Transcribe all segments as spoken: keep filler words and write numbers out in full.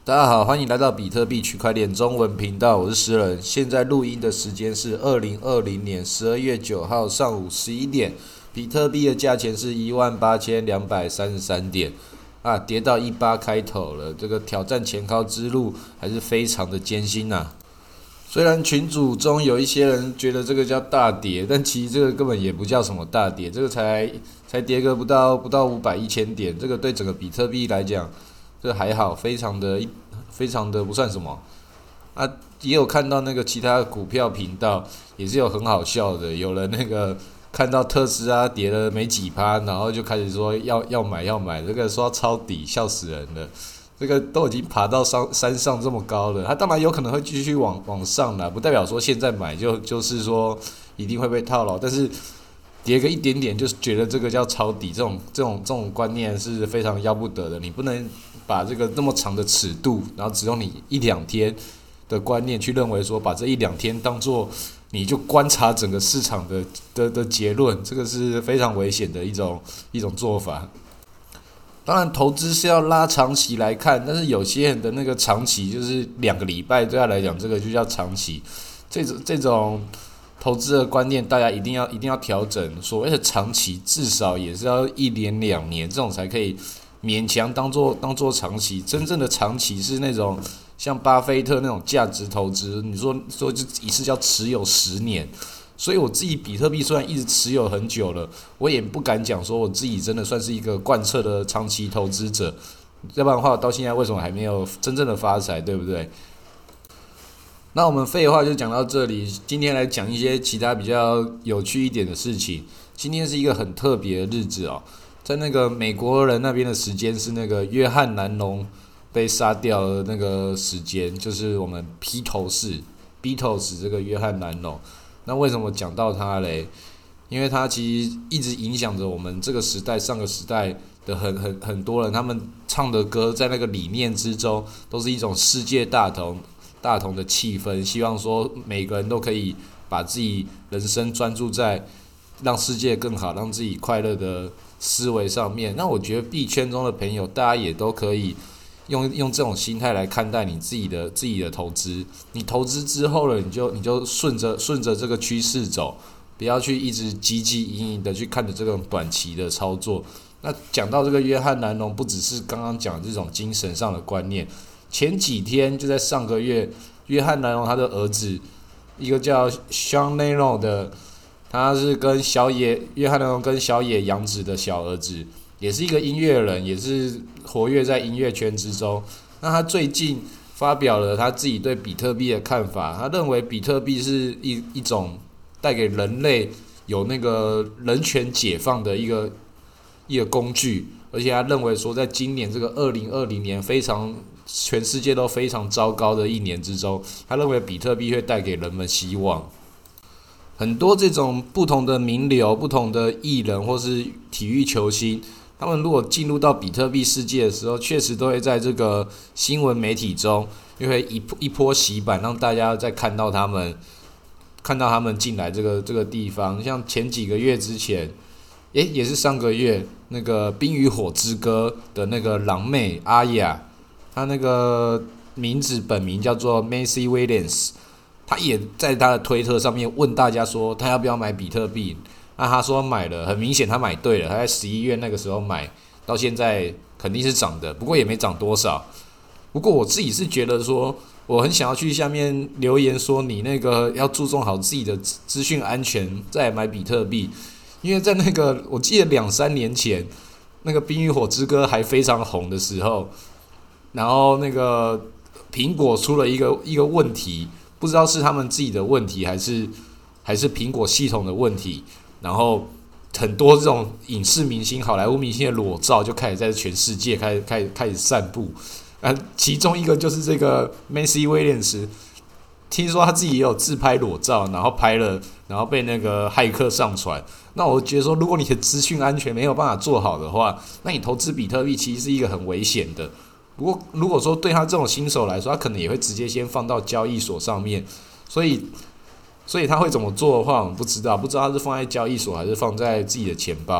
大家好，欢迎来到比特币区块链中文频道，我是诗人。现在录音的时间是二零二零年十二月九号上午十一点，比特币的价钱是一万八千两百三十三点，啊，跌到一八开头了。这个挑战前高之路还是非常的艰辛呐、啊。虽然群组中有一些人觉得这个叫大跌，但其实这个根本也不叫什么大跌，这个才才跌个不到不到五百一千点，这个对整个比特币来讲。这还好，非常的非常的不算什么啊。也有看到那个其他的股票频道也是有很好笑的，有人那个看到特斯拉跌了没几趴，然后就开始说要要买要买，这个说要抄底，笑死人了。这个都已经爬到山山上这么高了，它当然有可能会继续往往上啦，不代表说现在买就就是说一定会被套牢，但是。跌个一点点，就是觉得这个叫抄底，这种这种这种观念是非常要不得的。你不能把这个那么长的尺度，然后只用你一两天的观念去认为说，把这一两天当做你就观察整个市场的的的结论，这个是非常危险的一种一种做法。当然，投资是要拉长期来看，但是有些人的那个长期就是两个礼拜，对他来讲，这个就叫长期。这种这种。投资的观念，大家一定要一定要调整。所谓的长期，至少也是要一年两年，这种才可以勉强当做当做长期。真正的长期是那种像巴菲特那种价值投资，你说说就一次要持有十年。所以我自己比特币虽然一直持有很久了，我也不敢讲说我自己真的算是一个贯彻的长期投资者。要不然的话，到现在为什么还没有真正的发财，对不对？那我们废话就讲到这里，今天来讲一些其他比较有趣一点的事情。今天是一个很特别的日子哦，在那个美国人那边的时间是那个约翰南龙被杀掉的那个时间，就是我们披头士 Beatles 这个约翰南龙。那为什么讲到他嘞？因为他其实一直影响着我们这个时代、上个时代的很很很多人，他们唱的歌在那个理念之中，都是一种世界大同。大同的气氛，希望说每个人都可以把自己人生专注在让世界更好、让自己快乐的思维上面。那我觉得币圈中的朋友，大家也都可以用用这种心态来看待你自己的自己的投资。你投资之后了，你就你就顺着顺着这个趋势走，不要去一直汲汲营营的去看着这种短期的操作。那讲到这个约翰南龙，不只是刚刚讲的这种精神上的观念。前几天就在上个月，约翰南龙他的儿子，一个叫 Sean Lennon 的，他是跟小野约翰南龙跟小野洋子的小儿子，也是一个音乐人，也是活跃在音乐圈之中。那他最近发表了他自己对比特币的看法，他认为比特币是一一种带给人类有那个人权解放的一个一个工具，而且他认为说，在今年这个二零二零年非常。全世界都非常糟糕的一年之中，他认为比特币会带给人们希望。很多这种不同的名流、不同的艺人或是体育球星，他们如果进入到比特币世界的时候，确实都会在这个新闻媒体中，因为一一波洗版，让大家再看到他们，看到他们进来这个这个地方。像前几个月之前，诶，也是上个月，那个《冰与火之歌》的那个狼妹阿雅。他那个名字本名叫做 Macy Williams， 他也在他的推特上面问大家说他要不要买比特币，那他说买了，很明显他买对了，他在十一月那个时候买，到现在肯定是涨的，不过也没涨多少。不过我自己是觉得说，我很想要去下面留言说你那个要注重好自己的资讯安全，再买比特币，因为在那个我记得两三年前，那个《冰与火之歌》还非常红的时候。然后那个苹果出了一个一个问题，不知道是他们自己的问题还是还是苹果系统的问题。然后很多这种影视明星、好莱坞明星的裸照就开始在全世界开始开始开始散布。啊，其中一个就是这个 Macy Williams， 听说他自己也有自拍裸照，然后拍了，然后被那个骇客上传。那我觉得说，如果你的资讯安全没有办法做好的话，那你投资比特币其实是一个很危险的。不过，如果说对他这种新手来说，他可能也会直接先放到交易所上面，所以，所以他会怎么做的话，我们不知道，不知道他是放在交易所还是放在自己的钱包。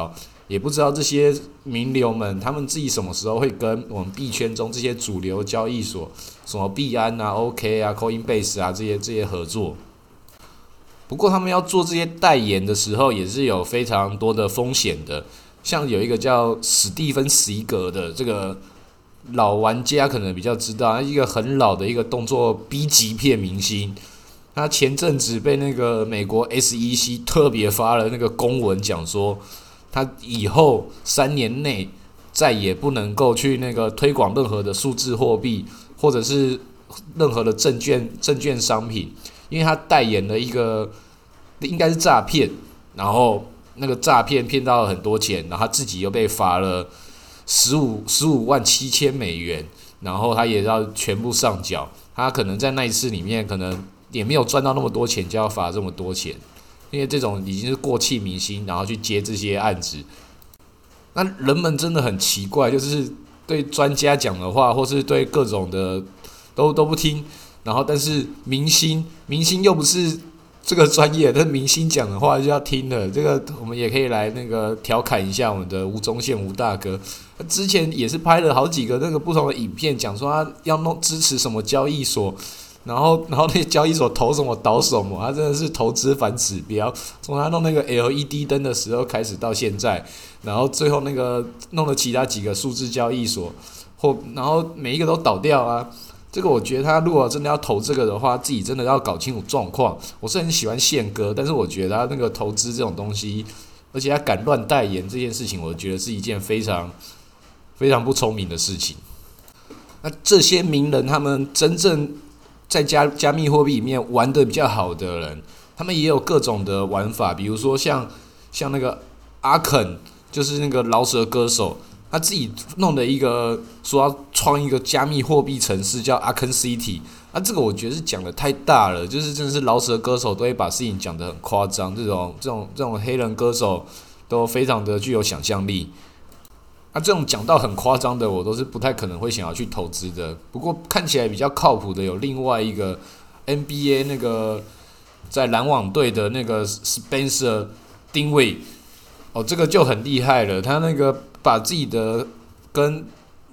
也不知道这些名流们他们自己什么时候会跟我们币圈中这些主流交易所，什么币安啊、O K 啊、Coinbase 啊这些这些合作。不过他们要做这些代言的时候，也是有非常多的风险的。像有一个叫史蒂芬·席格的这个老玩家可能比较知道，他一个很老的一个动作 B 级片明星。他前阵子被那个美国 S E C 特别发了那个公文，讲说他以后三年内再也不能够去那个推广任何的数字货币，或者是任何的证券证券商品，因为他代言了一个应该是诈骗，然后那个诈骗骗到了很多钱，然后他自己又被罚了十五十五万七千美元，然后他也要全部上缴。他可能在那一次里面可能也没有赚到那么多钱，就要罚这么多钱，因为这种已经是过气明星，然后去接这些案子。那人们真的很奇怪，就是对专家讲的话，或是对各种的都都不听，然后但是明星明星又不是这个专业，但是明星讲的话就要听了。这个我们也可以来那个调侃一下我们的吴宗宪吴大哥，之前也是拍了好几个那个不同的影片，讲说他要弄支持什么交易所，然后然后那些交易所投什么倒什么，他真的是投资反指标。从他弄那个 L E D 灯的时候开始到现在，然后最后那个弄了其他几个数字交易所，或然后每一个都倒掉啊。这个我觉得他如果真的要投这个的话，自己真的要搞清楚状况。我是很喜欢宪哥，但是我觉得他那个投资这种东西，而且他敢乱代言这件事情，我觉得是一件非常非常不聪明的事情。那这些名人，他们真正在加加密货币里面玩得比较好的人，他们也有各种的玩法，比如说像像那个阿肯，就是那个饶舌歌手。他自己弄的一个说要创一个加密货币城市叫 Arkan City， 啊，这个我觉得是讲的太大了，就是真的是饶舌歌手都会把事情讲得很夸张，这种这种这种黑人歌手都非常的具有想象力。啊，这种讲到很夸张的，我都是不太可能会想要去投资的。不过看起来比较靠谱的有另外一个 N B A 那个在篮网队的那个 Spencer 丁位，哦，这个就很厉害了，他那个把自己的跟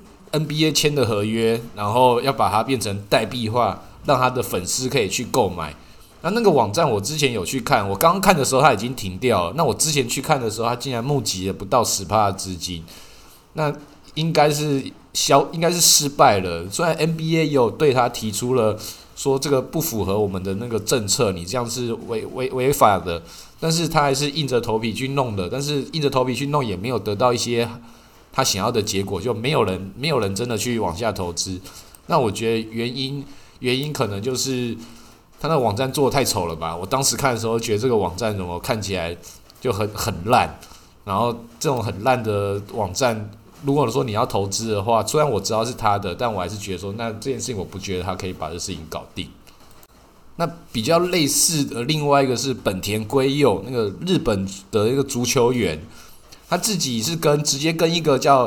N B A 签的合约，然后要把它变成代币化，让他的粉丝可以去购买。那那个网站我之前有去看，我刚刚看的时候它已经停掉了。那我之前去看的时候，它竟然募集了不到 百分之十 的资金，那应该是消，应该是失败了。虽然 N B A 有对他提出了说这个不符合我们的那个政策，你这样是违违违法的。但是他还是硬着头皮去弄的，但是硬着头皮去弄也没有得到一些他想要的结果，就没有人没有人真的去往下投资。那我觉得原因原因可能就是他那个网站做得太丑了吧？我当时看的时候觉得这个网站怎么看起来就很很烂，然后这种很烂的网站，如果说你要投资的话，虽然我知道是他的，但我还是觉得说，那这件事情我不觉得他可以把这事情搞定。那比较类似的另外一个是本田圭佑，那个日本的一个足球员，他自己是跟直接跟一个叫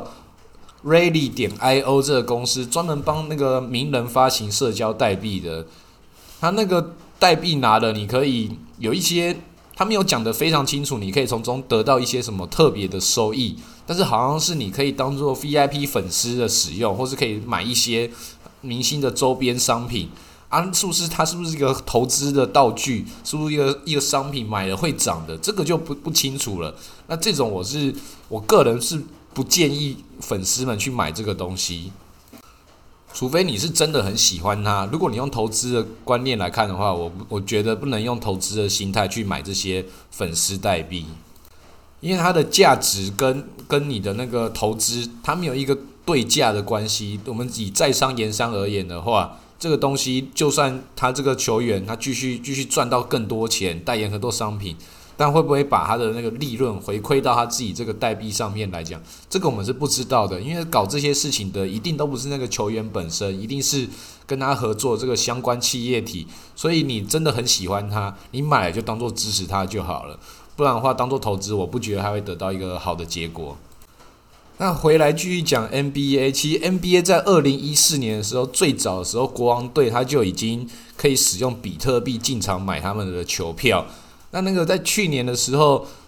Rally 点 I O 这个公司专门帮那个名人发行社交代币的。他那个代币拿了，你可以有一些他没有讲得非常清楚，你可以从中得到一些什么特别的收益，但是好像是你可以当做 V I P 粉丝的使用，或是可以买一些明星的周边商品。啊，是不是它是不是一个投资的道具？是不是一个一个商品买了会涨的？这个就不不清楚了。那这种我是我个人是不建议粉丝们去买这个东西，除非你是真的很喜欢它。如果你用投资的观念来看的话，我我觉得不能用投资的心态去买这些粉丝代币，因为它的价值跟跟你的那个投资，它没有一个对价的关系。我们以在商言商而言的话，这个东西就算他这个球员他继续继续赚到更多钱，代言很多商品，但会不会把他的那个利润回馈到他自己这个代币上面来讲，这个我们是不知道的。因为搞这些事情的一定都不是那个球员本身，一定是跟他合作这个相关企业体。所以你真的很喜欢他，你买了就当做支持他就好了，不然的话当做投资，我不觉得他会得到一个好的结果。那回来继续讲 N B A， 其实 N B A 在二零一四年的时候，最早的时候，国王队他就已经可以使用比特币进场买他们的球票。那那个在去年的时候，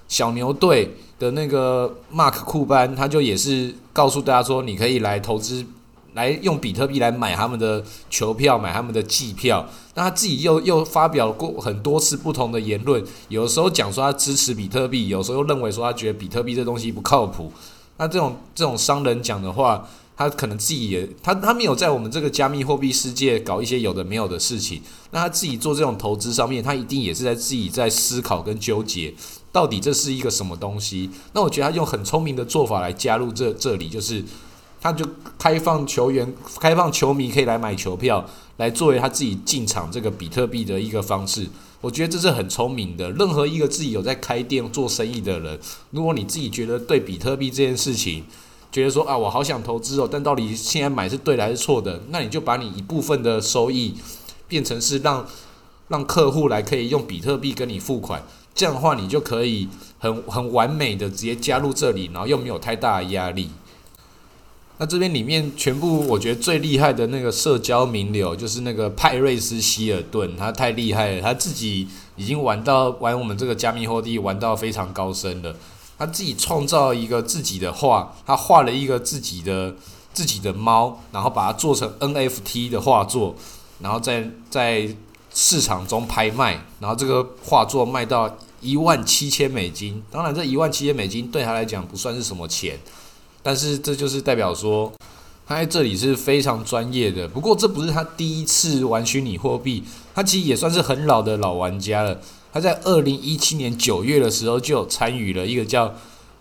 小牛队的那个 Mark 库班，他就也是告诉大家说，你可以来投资，来用比特币来买他们的球票，买他们的季票。那他自己又又发表过很多次不同的言论，有的时候讲说他支持比特币，有时候又认为说他觉得比特币这东西不靠谱。那这种这种商人讲的话，他可能自己也他他没有在我们这个加密货币世界搞一些有的没有的事情，那他自己做这种投资上面，他一定也是在自己在思考跟纠结，到底这是一个什么东西？那我觉得他用很聪明的做法来加入这这里，就是他就开放球员、开放球迷可以来买球票，来作为他自己进场这个比特币的一个方式。我觉得这是很聪明的。任何一个自己有在开店做生意的人，如果你自己觉得对比特币这件事情，觉得说啊，我好想投资哦，但到底现在买是对的还是错的？那你就把你一部分的收益变成是让让客户来可以用比特币跟你付款，这样的话你就可以很很完美的直接加入这里，然后又没有太大的压力。那这边里面全部我觉得最厉害的那个社交名流就是那个派瑞斯希尔顿，他太厉害了，他自己已经玩到玩我们这个加密货币玩到非常高深了。他自己创造一个自己的画，他画了一个自己的自己的猫，然后把它做成 N F T 的画作，然后在在市场中拍卖，然后这个画作卖到一万七千美金。当然，这一万七千美金对他来讲不算是什么钱，但是这就是代表说他在这里是非常专业的。不过这不是他第一次玩虚拟货币，他其实也算是很老的老玩家了。他在二零一七年九月的时候就有参与了一个叫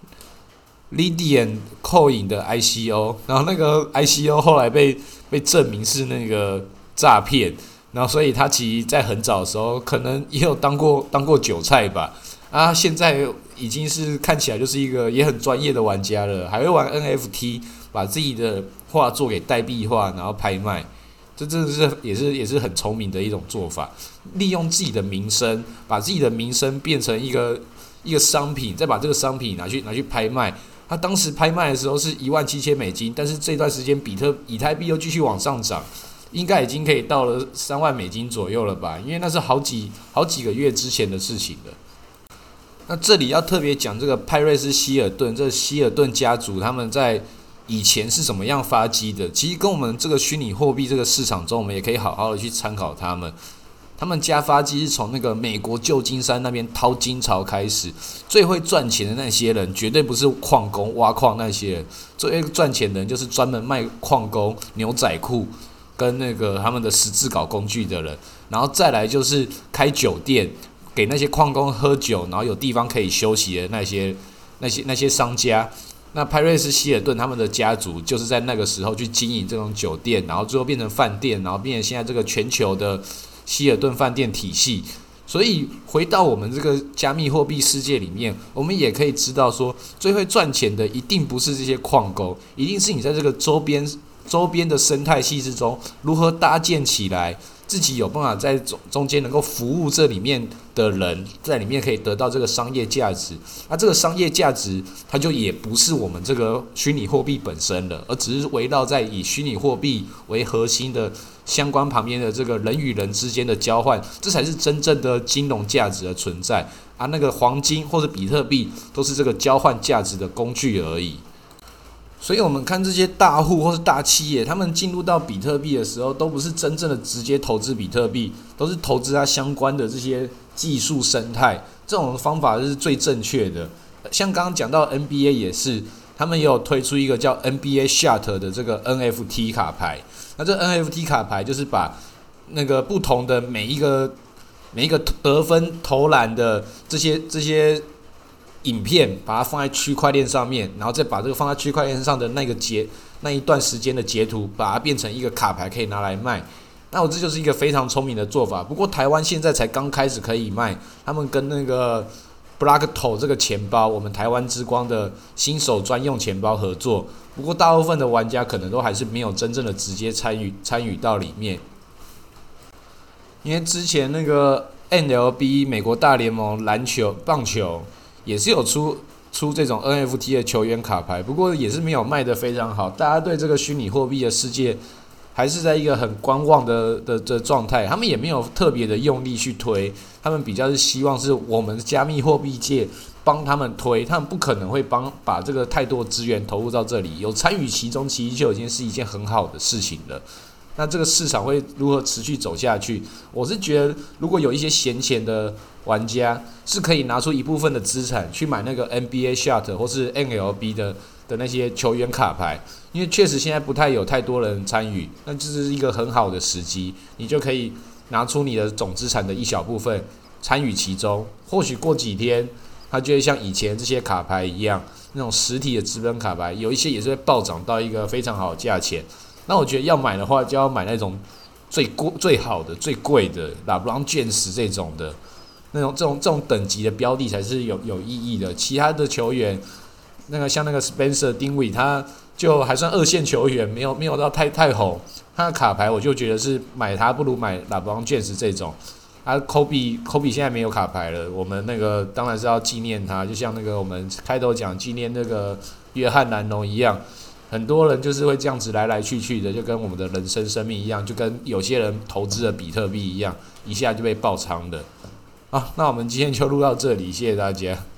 Lydian Coin 的 I C O， 然后那个 I C O 后来被被证明是那个诈骗，然后所以他其实在很早的时候可能也有当过当过韭菜吧，啊，现在已经是看起来就是一个也很专业的玩家了，还会玩 N F T， 把自己的画作给代币化，然后拍卖。这真的是也是也是很聪明的一种做法，利用自己的名声，把自己的名声变成一个一个商品，再把这个商品拿去拿去拍卖。他当时拍卖的时候是一万七千美金，但是这段时间比特以太币又继续往上涨，应该已经可以到了三万美金左右了吧？因为那是好几好几个月之前的事情了。那这里要特别讲这个派瑞斯希尔顿，这个希尔顿家族他们在以前是怎么样发迹的？其实跟我们这个虚拟货币这个市场中，我们也可以好好的去参考他们。他们家发迹是从那个美国旧金山那边淘金潮开始，最会赚钱的那些人，绝对不是矿工挖矿那些人，最会赚钱的人就是专门卖矿工、牛仔裤跟那个他们的十字镐工具的人，然后再来就是开酒店，给那些矿工喝酒，然后有地方可以休息的那些那些那些商家。那派瑞斯希尔顿他们的家族就是在那个时候去经营这种酒店，然后最后变成饭店，然后变成现在这个全球的希尔顿饭店体系。所以回到我们这个加密货币世界里面，我们也可以知道说，最会赚钱的一定不是这些矿工，一定是你在这个周边周边的生态系之中如何搭建起来，自己有办法在中间能够服务这里面的人，在里面可以得到这个商业价值。那这个商业价值，它就也不是我们这个虚拟货币本身了，而只是围绕在以虚拟货币为核心的相关旁边的这个人与人之间的交换，这才是真正的金融价值的存在。啊，那个黄金或者比特币都是这个交换价值的工具而已。所以我们看这些大户或是大企业，他们进入到比特币的时候，都不是真正的直接投资比特币，都是投资它相关的这些技术生态。这种方法是最正确的。像刚刚讲到 N B A 也是，他们也有推出一个叫 N B A Shot 的这个 N F T 卡牌。那这 N F T 卡牌就是把那个不同的每一个每一个得分投篮的这些这些影片，把它放在区块链上面，然后再把这个放在区块链上的那个截那一段时间的截图，把它变成一个卡牌，可以拿来卖。那我这就是一个非常聪明的做法。不过台湾现在才刚开始可以卖，他们跟那个 Blockto 这个钱包，我们台湾之光的新手专用钱包合作。不过大部分的玩家可能都还是没有真正的直接参与参与到里面，因为之前那个 N L B 美国大联盟篮球棒球也是有出出这种 N F T 的球员卡牌，不过也是没有卖得非常好。大家对这个虚拟货币的世界还是在一个很观望的的的状态，他们也没有特别的用力去推，他们比较是希望是我们加密货币界帮他们推，他们不可能会帮把这个太多资源投入到这里，有参与其中，其实就已经是一件很好的事情了。那这个市场会如何持续走下去？我是觉得，如果有一些闲钱的玩家，是可以拿出一部分的资产去买那个 N B A Shot 或是 N L B 的的那些球员卡牌，因为确实现在不太有太多人参与，那这是一个很好的时机，你就可以拿出你的总资产的一小部分参与其中，或许过几天，它就会像以前这些卡牌一样，那种实体的资本卡牌，有一些也是会暴涨到一个非常好的价钱。那我觉得要买的话，就要买那种最贵、最好的、最贵的拉布朗卷石这种的，那种这种这种等级的标的才是有有意义的。其他的球员，那个像那个 Spencer 丁伟，他就还算二线球员，没有没有到太太红。他的卡牌我就觉得是买他不如买拉布朗卷石这种。啊 ，Kobe Kobe 现在没有卡牌了，我们那个当然是要纪念他，就像那个我们开头讲纪念那个约翰南农一样。很多人就是会这样子来来去去的，就跟我们的人生生命一样，就跟有些人投资的比特币一样，一下就被爆仓的。好，那我们今天就录到这里，谢谢大家。